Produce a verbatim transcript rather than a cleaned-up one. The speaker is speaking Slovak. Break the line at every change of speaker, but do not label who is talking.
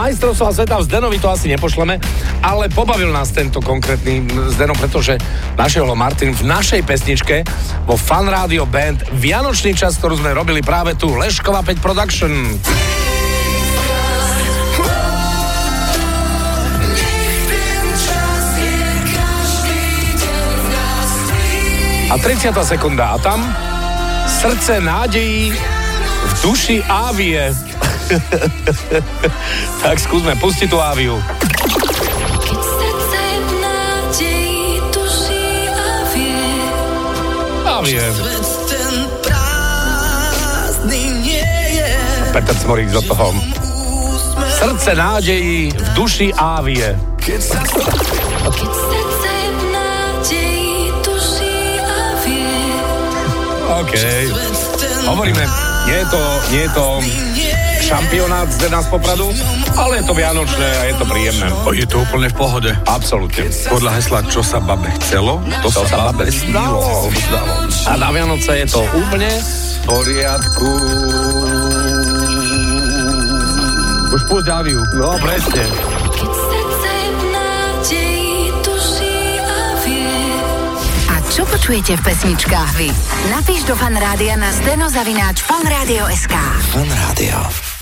majstrovstvá sveta v Zdenovi to asi nepošleme, ale pobavil nás tento konkrétny Zdeno, pretože našiel ho Martin v našej pesničke vo Fan Radio Band Vianočný čas, ktorú sme robili práve tu, Leškova päť Production. A tridsiata sekunda a tam Srdce nádejí v duši Ávie. Tak skúsme, pusti tú Áviu. Ávie. Peter Smorík do toho. Srdce nádejí v duši Ávie. OK. Hovoríme, nie je to, nie je to šampionát z nás Popradu, ale je to vianočné a je to príjemné.
O, je to úplne v pohode.
Absolútne.
Podľa hesla, čo sa babe chcelo, to, to sa babe zdalo.
A na Vianoce je to úplne v poriadku.
Už púšť Áviu.
No, presne.
Čo počujete v pesničkách vy? Napíš do Fan Rádia na steno zavináč fanradio bodka es ká.
Fan Rádio.